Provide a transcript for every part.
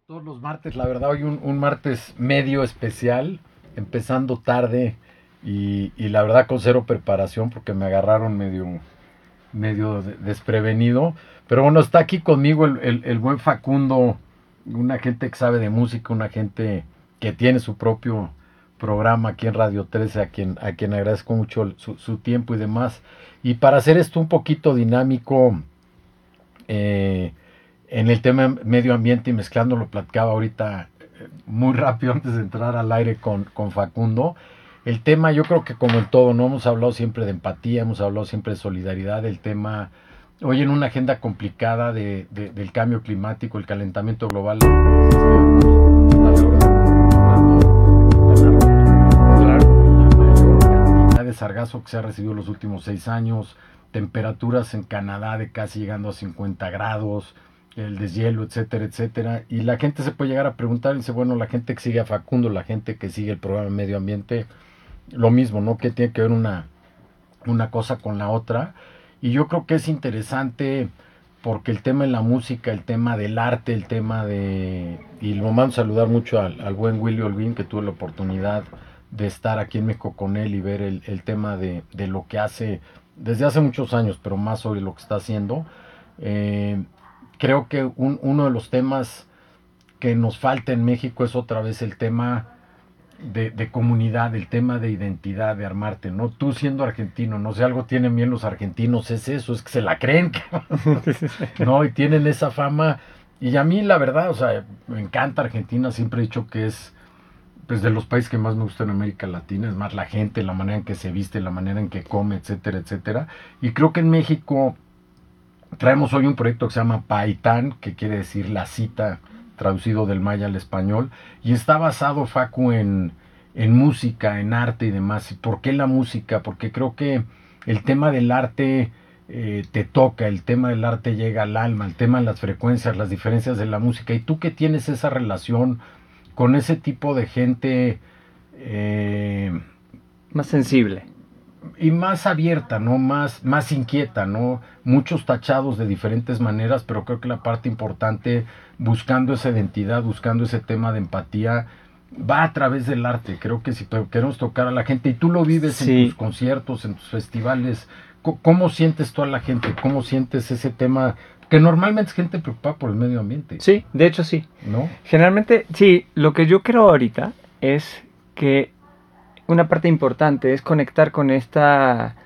Todos los martes, la verdad, hoy un martes medio especial, empezando tarde y la verdad con cero preparación porque me agarraron medio desprevenido. Pero bueno, está aquí conmigo el buen Facundo, una gente que sabe de música, una gente que tiene su propio programa aquí en Radio 13, a quien agradezco mucho su tiempo y demás. Y para hacer esto un poquito dinámico, en el tema medio ambiente y mezclando, lo platicaba ahorita muy rápido antes de entrar al aire con Facundo. El tema, yo creo que como en todo, no hemos hablado siempre de empatía, hemos hablado siempre de solidaridad. El tema, hoy en una agenda complicada del cambio climático, el calentamiento global, de sargazo que se ha recibido los últimos 6 años, temperaturas en Canadá de casi llegando a 50 grados, el deshielo, etcétera, etcétera. Y la gente se puede llegar a preguntar, y dice, bueno, la gente que sigue a Facundo, la gente que sigue el programa de medio ambiente, lo mismo, ¿no? ¿Qué tiene que ver una cosa con la otra? Y yo creo que es interesante porque el tema de la música, el tema del arte, el tema de... Y lo mando a saludar mucho al buen Willy Olvin, que tuve la oportunidad de estar aquí en México con él y ver el tema de lo que hace desde hace muchos años, pero más sobre lo que está haciendo. Creo que uno de los temas que nos falta en México es otra vez el tema de comunidad, el tema de identidad, de armarte, ¿no? Tú siendo argentino, no sé, algo tienen bien los argentinos, es eso, es que se la creen, ¿no? Y tienen esa fama, y a mí la verdad, o sea, me encanta Argentina, siempre he dicho que es pues de los países que más me gustan en América Latina, es más la gente, la manera en que se viste, la manera en que come, etcétera, etcétera. Y creo que en México traemos hoy un proyecto que se llama Paitán, que quiere decir la cita, traducido del maya al español, y está basado, Facu, en música, en arte y demás. ¿Y por qué la música? Porque creo que el tema del arte te toca, el tema del arte llega al alma, el tema de las frecuencias, las diferencias de la música, y tú que tienes esa relación con ese tipo de gente más sensible y más abierta, ¿no? Más inquieta, ¿no? Muchos tachados de diferentes maneras, pero creo que la parte importante, buscando esa identidad, buscando ese tema de empatía, va a través del arte. Creo que si queremos tocar a la gente, y tú lo vives en tus conciertos, en tus festivales, ¿cómo sientes tú a la gente? ¿Cómo sientes ese tema? Que normalmente es gente preocupada por el medio ambiente. Sí, de hecho sí. ¿No? Generalmente, sí, lo que yo creo ahorita es que una parte importante es conectar con esta,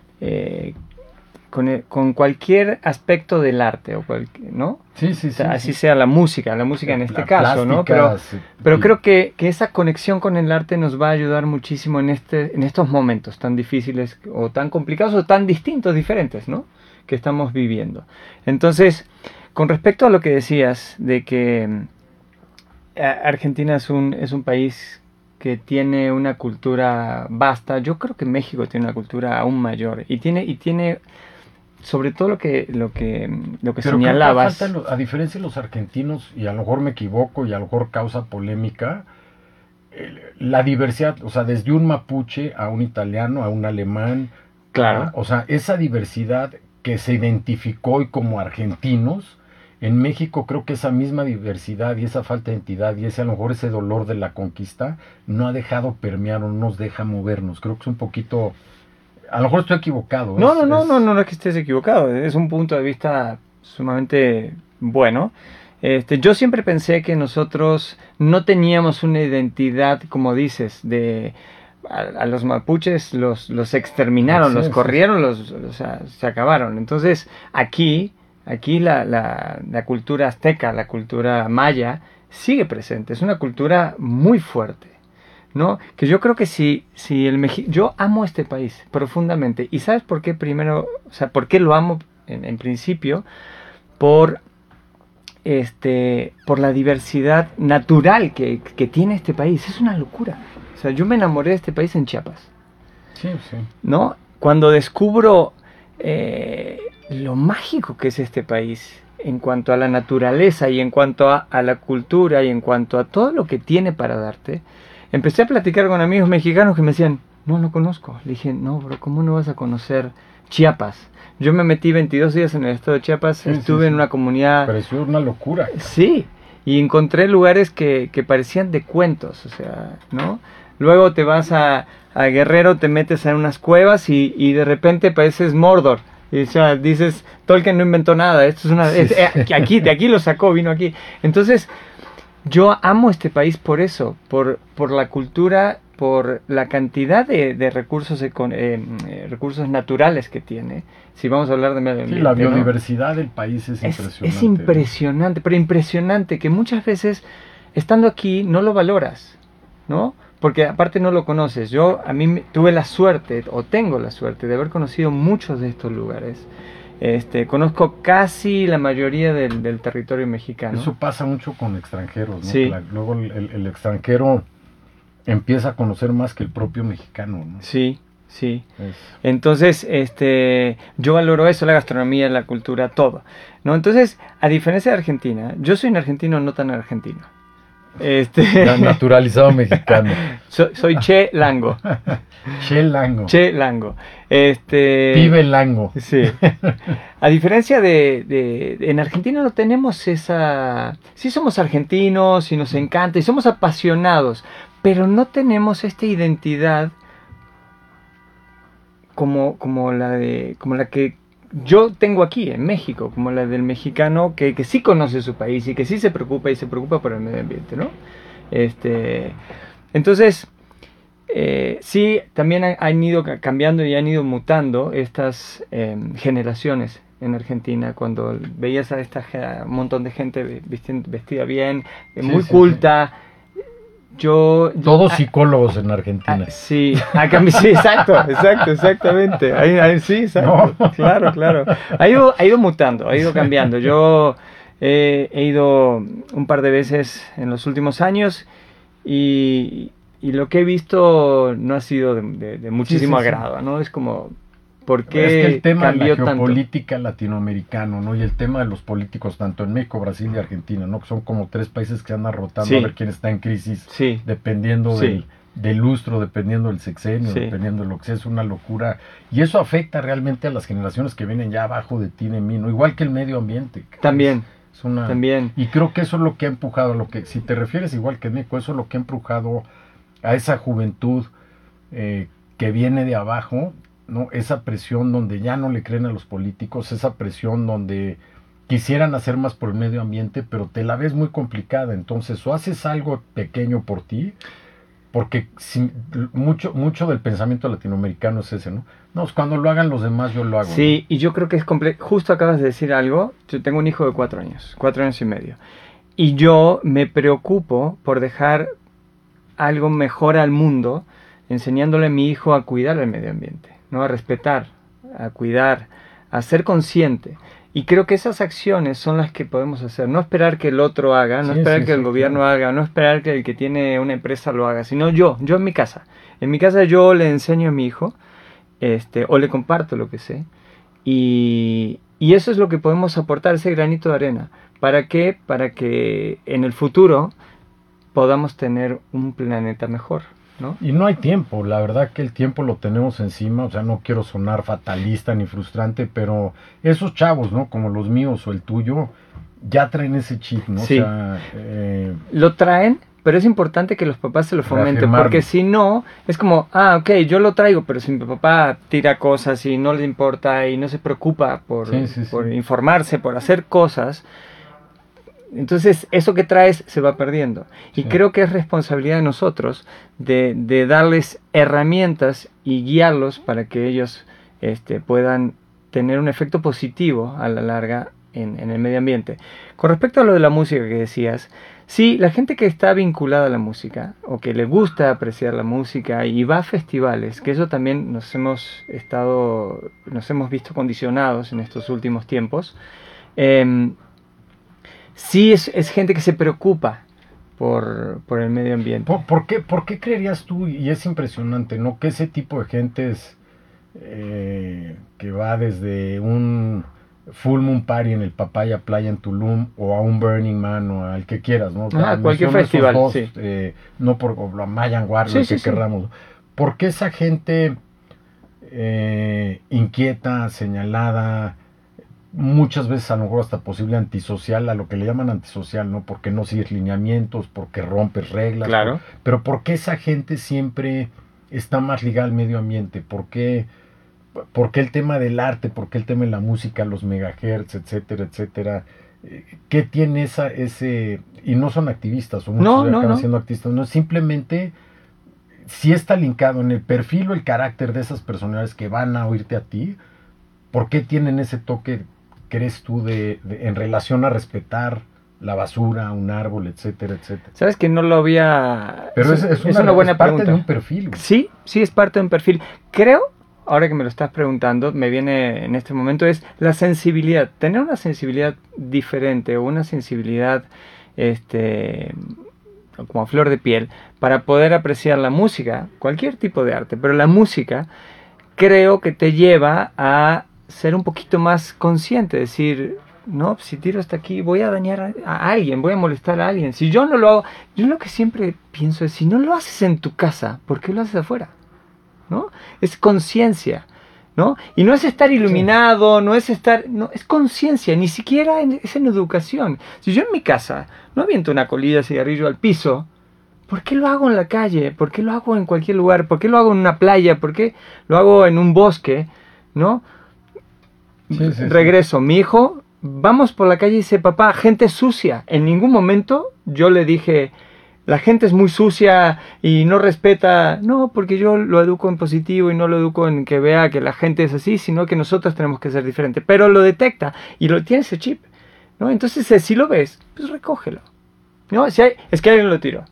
con cualquier aspecto del arte, ¿no? Sí, o sea, así sea la música en este caso, ¿no? Pero creo que esa conexión con el arte nos va a ayudar muchísimo en estos momentos tan difíciles o tan complicados o tan distintos, diferentes, ¿no? Que estamos viviendo. Entonces, con respecto a lo que decías de que Argentina es un país que tiene una cultura vasta, yo creo que México tiene una cultura aún mayor y tiene sobre todo lo que señalabas. A diferencia de los argentinos, y a lo mejor me equivoco y a lo mejor causa polémica, la diversidad, o sea, desde un mapuche a un italiano, a un alemán, claro, ¿no? O sea, esa diversidad que se identificó hoy como argentinos, en México creo que esa misma diversidad y esa falta de identidad y ese a lo mejor ese dolor de la conquista no ha dejado permear o no nos deja movernos. Creo que es un poquito, a lo mejor estoy equivocado. No es que estés equivocado, es un punto de vista sumamente bueno. Yo siempre pensé que nosotros no teníamos una identidad, como dices, a los mapuches los exterminaron, los corrieron, se acabaron. Entonces aquí la cultura azteca, la cultura maya sigue presente, es una cultura muy fuerte, ¿no? Que yo creo que yo amo este país profundamente. ¿Y sabes por qué primero? O sea, ¿por qué lo amo en principio? Por la diversidad natural que tiene este país. Es una locura. O sea, yo me enamoré de este país en Chiapas. Sí. ¿No? Cuando descubro lo mágico que es este país en cuanto a la naturaleza y en cuanto a la cultura y en cuanto a todo lo que tiene para darte, empecé a platicar con amigos mexicanos que me decían, no conozco. Le dije, no, bro, ¿cómo no vas a conocer Chiapas? Yo me metí 22 días en el estado de Chiapas, estuve en una comunidad... Pareció una locura. Sí, y encontré lugares que parecían de cuentos, o sea, ¿no? Luego te vas a Guerrero, te metes en unas cuevas y de repente pareces Mordor. Y, o sea, dices, Tolkien no inventó nada, esto es una... aquí, de aquí lo sacó, vino aquí. Entonces, yo amo este país por eso, por la cultura, por la cantidad de recursos, recursos naturales que tiene. Si vamos a hablar de medio ambiente, la biodiversidad del país es impresionante. Es impresionante, pero impresionante que muchas veces, estando aquí, no lo valoras, ¿no? Porque aparte no lo conoces. A mí tuve la suerte, o tengo la suerte, de haber conocido muchos de estos lugares. Conozco casi la mayoría del territorio mexicano. Eso pasa mucho con extranjeros, ¿no? Sí. Luego el extranjero empieza a conocer más que el propio mexicano, ¿no? Sí. Entonces, yo valoro eso, la gastronomía, la cultura, todo, ¿no? Entonces, a diferencia de Argentina, yo soy un argentino no tan argentino. Naturalizado mexicano. Soy Che Lango. Che Lango. Pibe Lango. Sí. A diferencia en Argentina no tenemos esa... Sí somos argentinos y nos encanta y somos apasionados, pero no tenemos esta identidad como la que yo tengo aquí en México, como la del mexicano que sí conoce su país y que sí se preocupa por el medio ambiente, ¿no? Entonces, sí, también han ido cambiando y han ido mutando estas generaciones en Argentina. Cuando veías a un montón de gente vestida bien, muy culta. Todos psicólogos en Argentina. Sí, sí, exactamente. Sí, exacto. No. Claro. Ha ido mutando, ha ido cambiando. Yo he ido un par de veces en los últimos años y lo que he visto no ha sido de muchísimo agrado, ¿no? Es como... ¿Por qué es que el tema de la tanto? Geopolítica latinoamericano, ¿no? Y el tema de los políticos, tanto en México, Brasil y Argentina, ¿no? Que son como tres países que andan rotando a ver quién está en crisis, dependiendo del lustro, dependiendo del sexenio, dependiendo de lo que sea. Es una locura. Y eso afecta realmente a las generaciones que vienen ya abajo de ti, de mí, ¿no? Igual que el medio ambiente. También. También. Y creo que eso es lo que ha empujado, si te refieres igual que en México, eso es lo que ha empujado a esa juventud que viene de abajo, ¿no? Esa presión donde ya no le creen a los políticos, esa presión donde quisieran hacer más por el medio ambiente, pero te la ves muy complicada. Entonces, o haces algo pequeño por ti, porque mucho del pensamiento latinoamericano es ese, ¿no? No, cuando lo hagan los demás, yo lo hago. Sí, ¿no? Y yo creo que es justo acabas de decir algo. Yo tengo un hijo de 4 años y medio, y yo me preocupo por dejar algo mejor al mundo, enseñándole a mi hijo a cuidar el medio ambiente, ¿no? A respetar, a cuidar, a ser consciente. Y creo que esas acciones son las que podemos hacer. No esperar que el otro haga, no esperar que el gobierno haga, no esperar que el que tiene una empresa lo haga, sino yo en mi casa. En mi casa yo le enseño a mi hijo, o le comparto lo que sé. Y eso es lo que podemos aportar, ese granito de arena. ¿Para qué? Para que en el futuro podamos tener un planeta mejor, ¿no? Y no hay tiempo, la verdad que el tiempo lo tenemos encima. O sea, no quiero sonar fatalista ni frustrante, pero esos chavos, ¿no? Como los míos o el tuyo, ya traen ese chip, ¿no? Sí. O sea, lo traen, pero es importante que los papás se lo fomenten, porque si no, es como, ok, yo lo traigo, pero si mi papá tira cosas y no le importa y no se preocupa por informarse, por hacer cosas, entonces eso que traes se va perdiendo. Y creo que es responsabilidad de nosotros de darles herramientas y guiarlos para que ellos puedan tener un efecto positivo a la larga en el medio ambiente. Con respecto a lo de la música que decías, sí, la gente que está vinculada a la música o que le gusta apreciar la música y va a festivales, que eso también nos hemos visto condicionados en estos últimos tiempos, sí es gente que se preocupa por el medio ambiente. ¿Por qué creerías tú, y es impresionante, ¿no? Que ese tipo de gentes que va desde un Full Moon Party en el Papaya Playa en Tulum, o a un Burning Man, o al que quieras, ¿no? Cualquier festival, no por la Mayan Warrior, que querramos. ¿Por qué esa gente inquieta, señalada, muchas veces a lo mejor hasta posible antisocial, a lo que le llaman antisocial, ¿no? Porque no sigues lineamientos, porque rompes reglas. Claro. Pero ¿por qué esa gente siempre está más ligada al medio ambiente? ¿Por qué el tema del arte? ¿Por qué el tema de la música, los megahertz, etcétera, etcétera? ¿Qué tiene ese? Y no son activistas, o muchos acaban siendo activistas, no, simplemente si está linkado en el perfil o el carácter de esas personalidades que van a oírte a ti. ¿Por qué tienen ese toque, crees tú, en relación a respetar la basura, un árbol, etcétera, etcétera? Sabes que no lo había... Pero es una buena pregunta. Es parte de un perfil. Sí, es parte de un perfil. Creo, ahora que me lo estás preguntando, me viene en este momento, es la sensibilidad. Tener una sensibilidad diferente o una sensibilidad como a flor de piel para poder apreciar la música, cualquier tipo de arte, pero la música creo que te lleva a ser un poquito más consciente, decir, no, si tiro hasta aquí voy a dañar a alguien, voy a molestar a alguien. Si yo no lo hago, yo lo que siempre pienso es, si no lo haces en tu casa, ¿por qué lo haces afuera? ¿No? Es conciencia, ¿no? Y no es estar iluminado, no es conciencia, ni siquiera es en educación. Si yo en mi casa no aviento una colilla de cigarrillo al piso, ¿por qué lo hago en la calle? ¿Por qué lo hago en cualquier lugar? ¿Por qué lo hago en una playa? ¿Por qué lo hago en un bosque? ¿No? Regreso, mi hijo, vamos por la calle y dice, papá, gente sucia. En ningún momento yo le dije, la gente es muy sucia y no respeta. No, porque yo lo educo en positivo y no lo educo en que vea que la gente es así, sino que nosotros tenemos que ser diferentes. Pero lo detecta y lo tiene ese chip, ¿no? Entonces, si lo ves, pues recógelo, ¿no? Es que alguien lo tiró.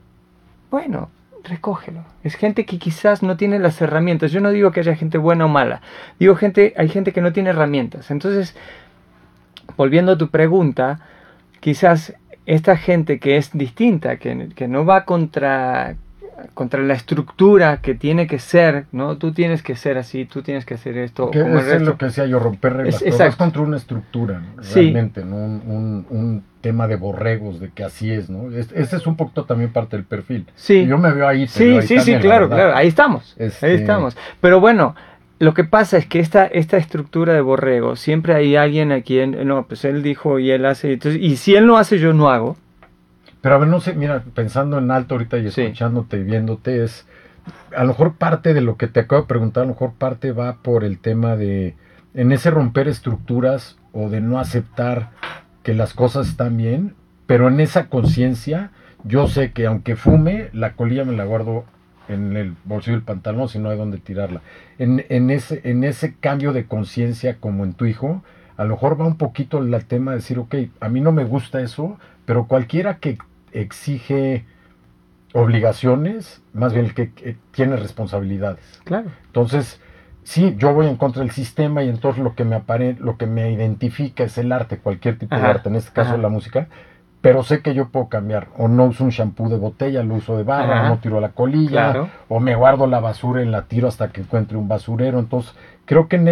Bueno, recógelo. Es gente que quizás no tiene las herramientas. Yo no digo que haya gente buena o mala. Digo hay gente que no tiene herramientas. Entonces, volviendo a tu pregunta, quizás esta gente que es distinta, que no va contra la estructura que tiene que ser, ¿no? Tú tienes que ser así, tú tienes que hacer esto. Que como es lo que decía yo, romper reglas. Es contra una estructura, ¿no? Realmente, ¿no? Un tema de borregos, de que así es, ¿no? Ese es un poquito también parte del perfil. Sí. Yo me veo ahí. Sí, claro, ahí estamos. Ahí estamos. Pero bueno, lo que pasa es que esta estructura de borrego, siempre hay alguien a quien, no, pues él dijo y él hace, entonces, y si él no hace, yo no hago. Pero a ver, no sé, mira, pensando en alto ahorita y escuchándote y viéndote, a lo mejor parte de lo que te acabo de preguntar, a lo mejor parte va por el tema en ese romper estructuras o de no aceptar que las cosas están bien, pero en esa conciencia, yo sé que aunque fume, la colilla me la guardo en el bolsillo del pantalón si no hay dónde tirarla. En ese cambio de conciencia como en tu hijo, a lo mejor va un poquito el tema de decir, ok, a mí no me gusta eso, pero cualquiera que exige obligaciones, más bien el que tiene responsabilidades. Claro. Entonces, sí, yo voy en contra del sistema y entonces lo que me identifica es el arte, cualquier tipo de arte, en este caso la música, pero sé que yo puedo cambiar, o no uso un shampoo de botella, lo uso de barra, o no tiro la colilla, o me guardo la basura y la tiro hasta que encuentre un basurero. Entonces, creo que en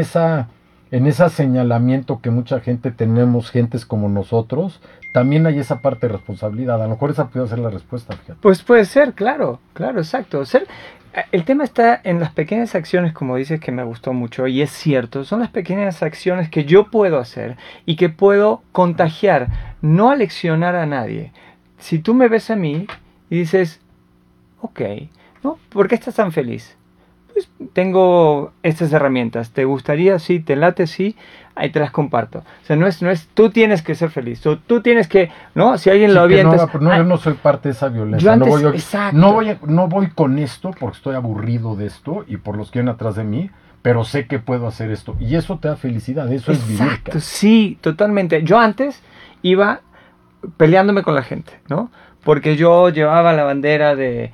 ese señalamiento que mucha gente tenemos, gentes como nosotros, también hay esa parte de responsabilidad. A lo mejor esa puede ser la respuesta, fíjate. Pues puede ser, claro, exacto. El tema está en las pequeñas acciones, como dices, que me gustó mucho, y es cierto, son las pequeñas acciones que yo puedo hacer y que puedo contagiar, no aleccionar a nadie. Si tú me ves a mí y dices, ok, ¿no? ¿Por qué estás tan feliz? Pues tengo estas herramientas, ¿te gustaría? Sí, ¿te late? Sí, ahí te las comparto. O sea, no es tú tienes que ser feliz, tú tienes que, ¿no? Si alguien lo avienta... No, yo no soy parte de esa violencia. Yo antes, no voy con esto porque estoy aburrido de esto y por los que vienen atrás de mí, pero sé que puedo hacer esto. Y eso te da felicidad, eso es vivir. Exacto, sí, totalmente. Yo antes iba peleándome con la gente, ¿no? Porque yo llevaba la bandera de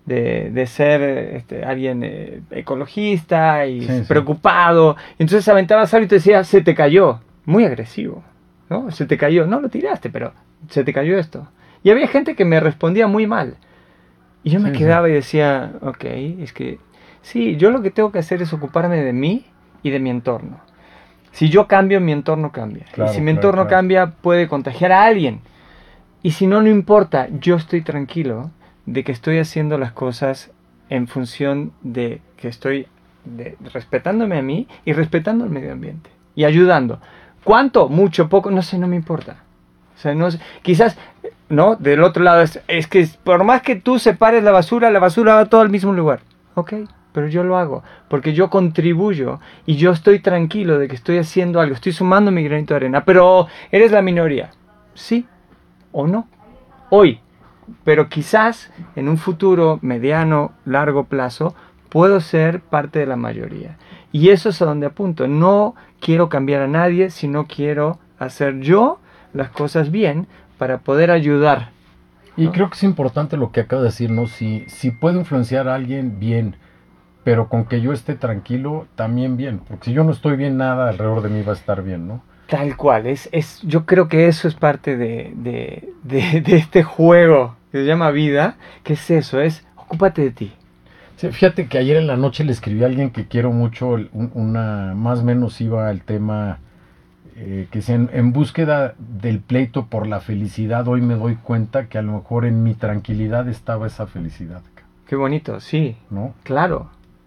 ser alguien ecologista y preocupado. Entonces aventabas algo y te decía, se te cayó. Muy agresivo, ¿no? Se te cayó. No lo tiraste, pero se te cayó esto. Y había gente que me respondía muy mal. Y yo me quedaba y decía, ok, es que sí, yo lo que tengo que hacer es ocuparme de mí y de mi entorno. Si yo cambio, mi entorno cambia. Claro, y si mi entorno cambia, puede contagiar a alguien. Y si no, no importa, yo estoy tranquilo de que estoy haciendo las cosas en función de que estoy respetándome a mí y respetando el medio ambiente y ayudando. ¿Cuánto? Mucho, poco, no sé, no me importa. O sea, no sé, quizás, ¿no? Del otro lado, es que por más que tú separes la basura va todo al mismo lugar. Ok, pero yo lo hago, porque yo contribuyo y yo estoy tranquilo de que estoy haciendo algo, estoy sumando mi granito de arena, pero eres la minoría. ¿Sí o no? Hoy. Pero quizás en un futuro mediano, largo plazo, puedo ser parte de la mayoría. Y eso es a donde apunto. No quiero cambiar a nadie, sino quiero hacer yo las cosas bien para poder ayudar. Y creo que es importante lo que acabo de decir, ¿no? Si puedo influenciar a alguien, bien, pero con que yo esté tranquilo, también bien, porque si yo no estoy bien, nada alrededor de mí va a estar bien, ¿no? Tal cual, yo creo que eso es parte de este juego que se llama vida, que es eso, es ocúpate de ti. Sí, fíjate que ayer en la noche le escribí a alguien que quiero mucho, más o menos iba el tema, que es en búsqueda del pleito por la felicidad, hoy me doy cuenta que a lo mejor en mi tranquilidad estaba esa felicidad. Qué bonito, sí, ¿No? Claro.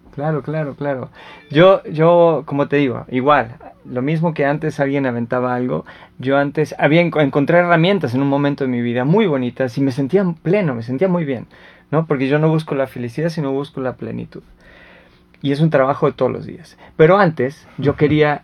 Yo, como te digo, igual, lo mismo que antes alguien aventaba algo, yo antes encontré herramientas en un momento de mi vida muy bonitas y me sentía pleno, me sentía muy bien, ¿no? Porque yo no busco la felicidad, sino busco la plenitud. Y es un trabajo de todos los días. Pero antes yo quería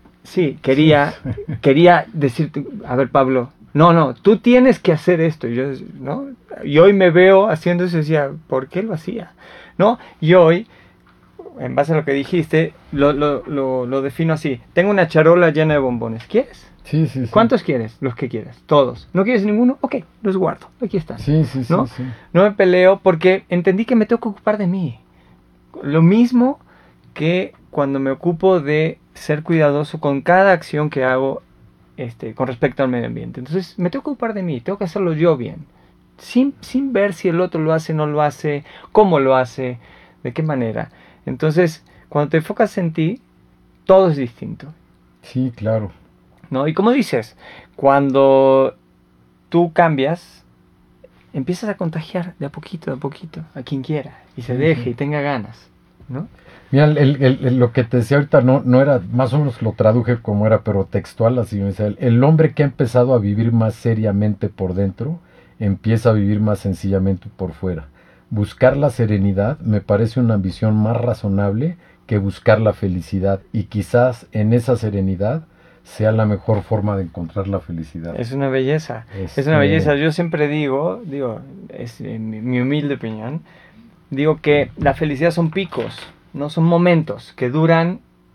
decirte, a ver, Pablo, no, tú tienes que hacer esto. Y yo, ¿no? Y hoy me veo haciendo eso y decía, ¿por qué lo hacía? ¿No? Y hoy, en base a lo que dijiste, lo defino así. Tengo una charola llena de bombones. ¿Quieres? Sí. ¿Cuántos quieres? Los que quieras. Todos. ¿No quieres ninguno? Ok, los guardo. Aquí están. Sí. ¿No? No me peleo porque entendí que me tengo que ocupar de mí. Lo mismo que cuando me ocupo de ser cuidadoso con cada acción que hago con respecto al medio ambiente. Entonces me tengo que ocupar de mí, tengo que hacerlo yo bien. Sin ver si el otro lo hace, no lo hace, cómo lo hace, de qué manera. Entonces, cuando te enfocas en ti, todo es distinto. Sí, claro. ¿No? Y como dices, cuando tú cambias, empiezas a contagiar de a poquito a quien quiera y se deje y tenga ganas, ¿no? Mira, lo que te decía ahorita no era, más o menos lo traduje como era, pero textual, así me decía, el hombre que ha empezado a vivir más seriamente por dentro, empieza a vivir más sencillamente por fuera. Buscar la serenidad me parece una ambición más razonable que buscar la felicidad, y quizás en esa serenidad sea la mejor forma de encontrar la felicidad. Es una belleza, es una belleza. Yo siempre digo, es mi humilde opinión, digo que la felicidad son picos, no son momentos que duran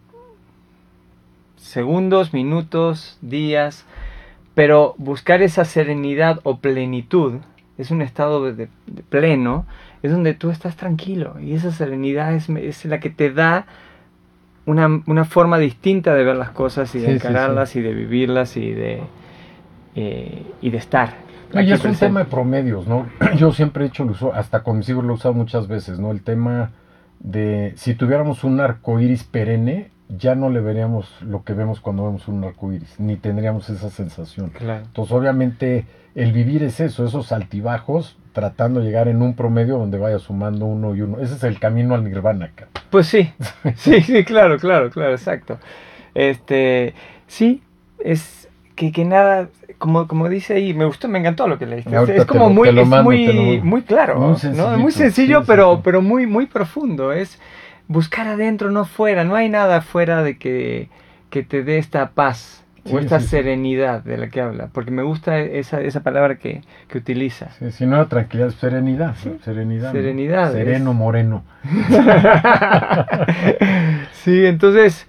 segundos, minutos, días, pero buscar esa serenidad o plenitud es un estado de pleno, es donde tú estás tranquilo, y esa serenidad es la que te da una forma distinta de ver las cosas y de encararlas y de vivirlas y de estar. No, y es un tema de promedios, ¿no? Yo siempre he dicho, hasta con mis hijos lo he usado muchas veces, ¿no? El tema de si tuviéramos un arco iris perenne, ya no le veríamos lo que vemos cuando vemos un arco iris, ni tendríamos esa sensación. Claro. Entonces, obviamente, el vivir es eso, esos altibajos, tratando de llegar en un promedio donde vaya sumando uno y uno. Ese es el camino al nirvana, cara. Pues sí, sí, claro, exacto. Sí, es que nada, como dice ahí, me gustó, me encantó lo que leíste. Es como muy claro, muy sencillo, pero muy profundo. Es buscar adentro, no fuera. No hay nada afuera de que te dé esta paz o esta serenidad de la que habla, porque me gusta esa palabra que utiliza. Sí, si no era tranquilidad, serenidad. Sí. Serenidad. ¿No? Sereno, moreno. Sí, entonces,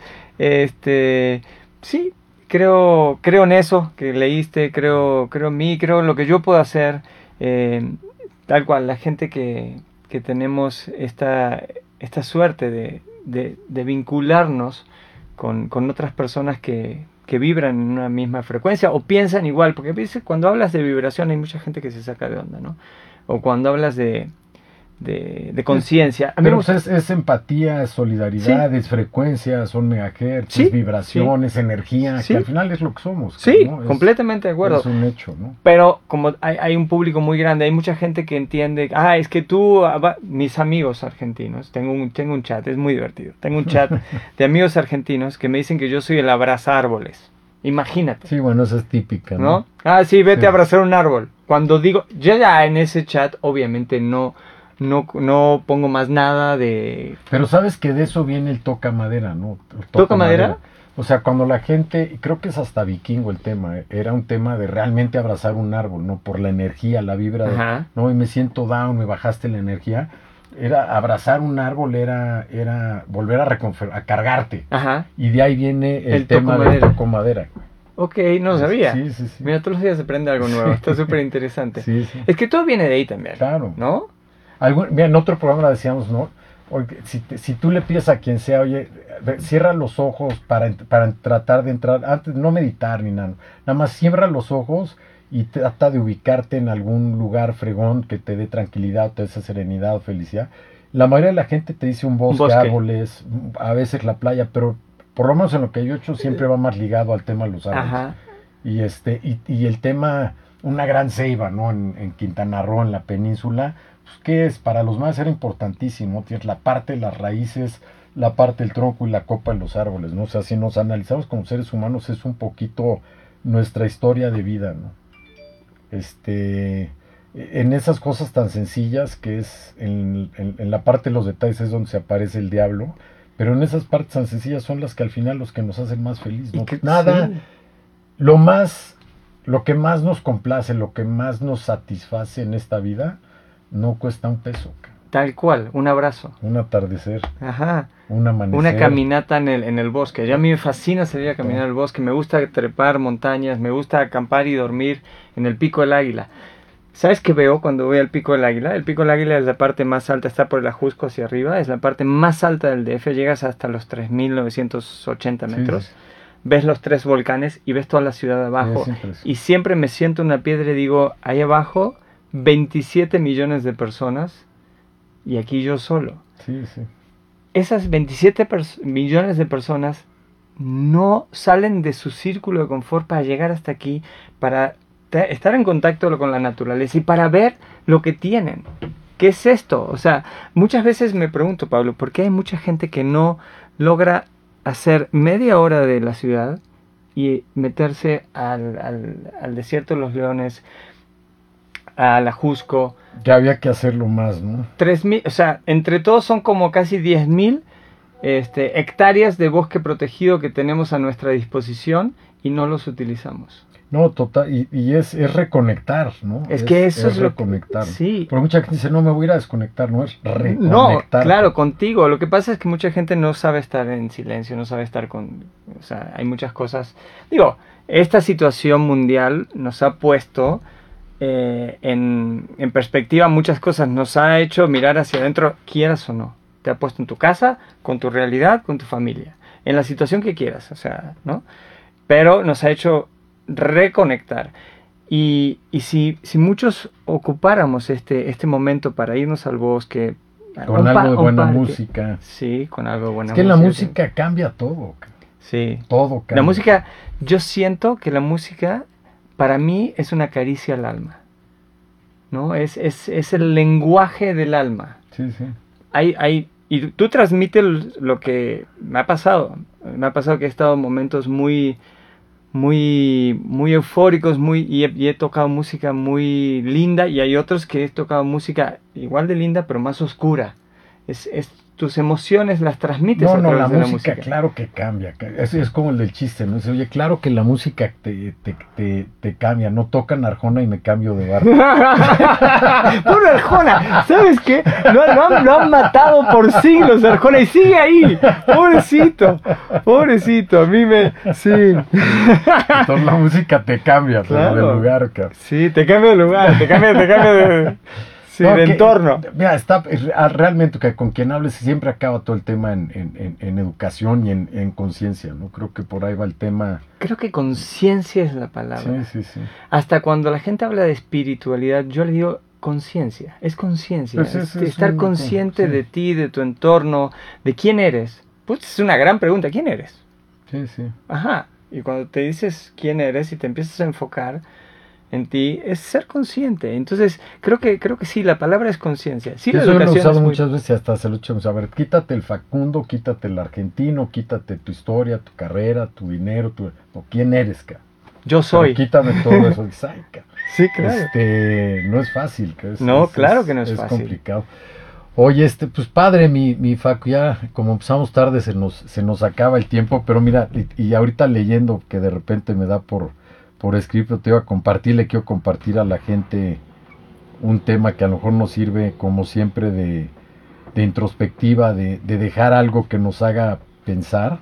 sí, creo en eso que leíste, creo en mí, creo en lo que yo puedo hacer, tal cual, la gente que tenemos esta suerte de vincularnos con otras personas que vibran en una misma frecuencia o piensan igual, porque a veces cuando hablas de vibración hay mucha gente que se saca de onda, ¿no? O cuando hablas de conciencia. Pero es empatía, es solidaridad, es frecuencia, son megahertz, es vibración, es energía, que al final es lo que somos. Sí, ¿no? completamente de acuerdo. Es un hecho, ¿no? Pero como hay un público muy grande, hay mucha gente que entiende, es que tú, mis amigos argentinos, tengo un chat, es muy divertido, tengo un chat de amigos argentinos que me dicen que yo soy el abraza árboles. Imagínate. Sí, bueno, esa es típica, ¿No? Ah, sí, vete Sí. a abrazar un árbol. Cuando digo, yo ya en ese chat obviamente no pongo más nada de... Pero sabes que de eso viene el toca madera, ¿no? El ¿Toca madera? O sea, cuando la gente, y creo que es hasta vikingo el tema, era un tema de realmente abrazar un árbol, ¿no? Por la energía, la vibra, Ajá. no, y me siento down, me bajaste la energía. Era abrazar un árbol, era volver a cargarte. Ajá. Y de ahí viene el El tema toco del madera. toco madera. Ok, no lo sabía. Sí, sí, sí. Mira, todos los días se aprende algo nuevo. Está súper interesante. Sí, sí. Es que todo viene de ahí también. Claro. ¿No? Mira, en otro programa decíamos, ¿no? Oye, si tú le pides a quien sea, oye, cierra los ojos para tratar de entrar, antes no meditar ni nada, nada más cierra los ojos y trata de ubicarte en algún lugar fregón que te dé tranquilidad, te dé esa serenidad o felicidad. La mayoría de la gente te dice un bosque, árboles, a veces la playa, pero por lo menos en lo que yo he hecho siempre va más ligado al tema de los árboles. Ajá. Y el tema, una gran ceiba, ¿no? En Quintana Roo, en la península, pues, ¿qué es? Para los mayas era importantísimo. Tienes la parte de las raíces, la parte del tronco y la copa de los árboles, ¿no? O sea, si nos analizamos como seres humanos, es un poquito nuestra historia de vida, ¿no? En esas cosas tan sencillas que es en la parte de los detalles es donde se aparece el diablo, pero en esas partes tan sencillas son las que al final los que nos hacen más felices, ¿no? Nada, sí. lo que más nos complace, lo que más nos satisface en esta vida, no cuesta un peso. Tal cual, un abrazo. Un atardecer. Ajá. Un amanecer. Una caminata en el bosque. Ya a mí me fascina salir a caminar al bosque. Me gusta trepar montañas. Me gusta acampar y dormir en el Pico del Águila. ¿Sabes qué veo cuando voy al Pico del Águila? El Pico del Águila es la parte más alta, está por el Ajusco hacia arriba. Es la parte más alta del DF. Llegas hasta los 3.980 metros. Sí. Ves los 3 volcanes y ves toda la ciudad de abajo. Y siempre me siento una piedra y digo, ahí abajo, 27 millones de personas. Y aquí yo solo. Sí, sí. Esas 27 millones de personas no salen de su círculo de confort para llegar hasta aquí, para estar en contacto con la naturaleza y para ver lo que tienen. ¿Qué es esto? O sea, muchas veces me pregunto, Pablo, ¿por qué hay mucha gente que no logra hacer media hora de la ciudad y meterse al desierto de los Leones, al Ajusco? Ya había que hacerlo más, ¿no? 3.000, o sea, entre todos son como casi 10.000 hectáreas de bosque protegido que tenemos a nuestra disposición y no los utilizamos. No, total, y es reconectar, ¿no? Es que eso es lo reconectar. Que... Sí. Porque mucha gente dice, no, me voy a ir a desconectar, no, es reconectar. No, claro, contigo. Lo que pasa es que mucha gente no sabe estar en silencio, no sabe estar con... O sea, hay muchas cosas... Digo, esta situación mundial nos ha puesto... en perspectiva muchas cosas, nos ha hecho mirar hacia adentro, quieras o no, te ha puesto en tu casa, con tu realidad, con tu familia, en la situación que quieras, o sea, ¿no? Pero nos ha hecho reconectar y si muchos ocupáramos este momento para irnos al bosque con algo de buena música, sí, con algo de buena música, es que música, la música cambia todo, sí, todo cambia. La música, yo siento que la música para mí es una caricia al alma, ¿no? Es el lenguaje del alma. Sí, sí. Y tú transmites lo que me ha pasado. Me ha pasado que he estado en momentos muy eufóricos, y he tocado música muy linda, y hay otros que he tocado música igual de linda, pero más oscura. Tus emociones las transmites a través de la música. Claro que cambia. Es como el del chiste, ¿no? Dice, oye, claro que la música te cambia. No tocan Arjona y me cambio de bar. ¡Pobre Arjona! ¿Sabes qué? Lo han matado por siglos Arjona y sigue ahí. Pobrecito. A mí sí. Entonces la música te cambia, claro, de lugar, cara. Sí, te cambia de lugar, te cambia de... Sí, no, de entorno. Mira, está realmente que con quien hables siempre acaba todo el tema en educación y en conciencia, ¿no? Creo que por ahí va el tema. Creo que conciencia es la palabra. Sí. Hasta cuando la gente habla de espiritualidad, yo le digo conciencia. Es conciencia. Pues estar consciente de ti, de tu entorno, de quién eres. Pues es una gran pregunta. ¿Quién eres? Sí. Ajá. Y cuando te dices quién eres y te empiezas a enfocar, en ti es ser consciente. Entonces, creo que sí, la palabra es conciencia. Sí, la eso lo he educación usado es muy... muchas veces y hasta se lo he hecho a ver, quítate el Facundo, quítate el argentino, quítate tu historia, tu carrera, tu dinero, o quién eres, cara. Yo soy. Pero quítame todo eso. Dices, ay, cara. Sí, claro. No es fácil. Claro que no es fácil. Es complicado. Oye, pues padre, mi Facu, ya como empezamos tarde se nos acaba el tiempo, pero mira, y ahorita leyendo que de repente me da por escrito, te iba a compartir, le quiero compartir a la gente un tema que a lo mejor nos sirve como siempre de introspectiva, de dejar algo que nos haga pensar,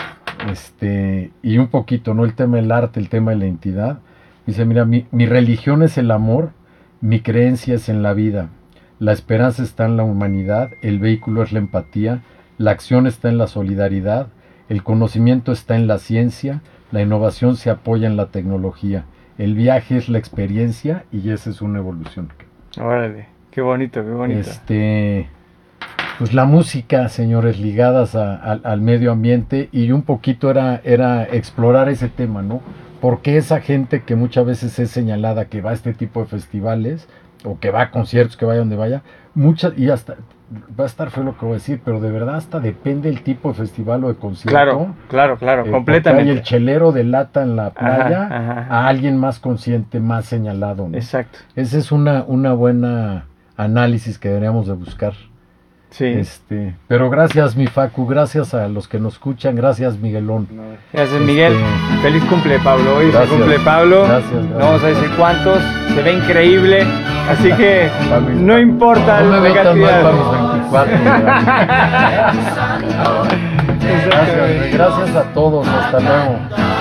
y un poquito, ¿no? El tema del arte, el tema de la identidad. Dice, mira, mi religión es el amor, mi creencia es en la vida. La esperanza está en la humanidad, el vehículo es la empatía, la acción está en la solidaridad, el conocimiento está en la ciencia, la innovación se apoya en la tecnología, el viaje es la experiencia y esa es una evolución. Órale, qué bonito, qué bonito. Pues la música, señores, ligadas al medio ambiente y un poquito era explorar ese tema, ¿no? Porque esa gente que muchas veces es señalada que va a este tipo de festivales o que va a conciertos, que vaya donde vaya, y hasta va a estar feo lo que voy a decir, pero de verdad hasta depende el tipo de festival o de concierto. Claro, completamente. Hay el chelero de lata en la playa a alguien más consciente, más señalado, ¿no? Exacto. Esa es una buena análisis que deberíamos de buscar. Sí. Pero gracias, mi Facu, gracias a los que nos escuchan, gracias, Miguelón. Gracias, Miguel. Feliz cumple, Pablo. Hoy se cumple Pablo. Gracias. No vamos a decir cuántos, se ve increíble, así que no importa no la cantidad. Para mis 24. Gracias a todos, hasta luego.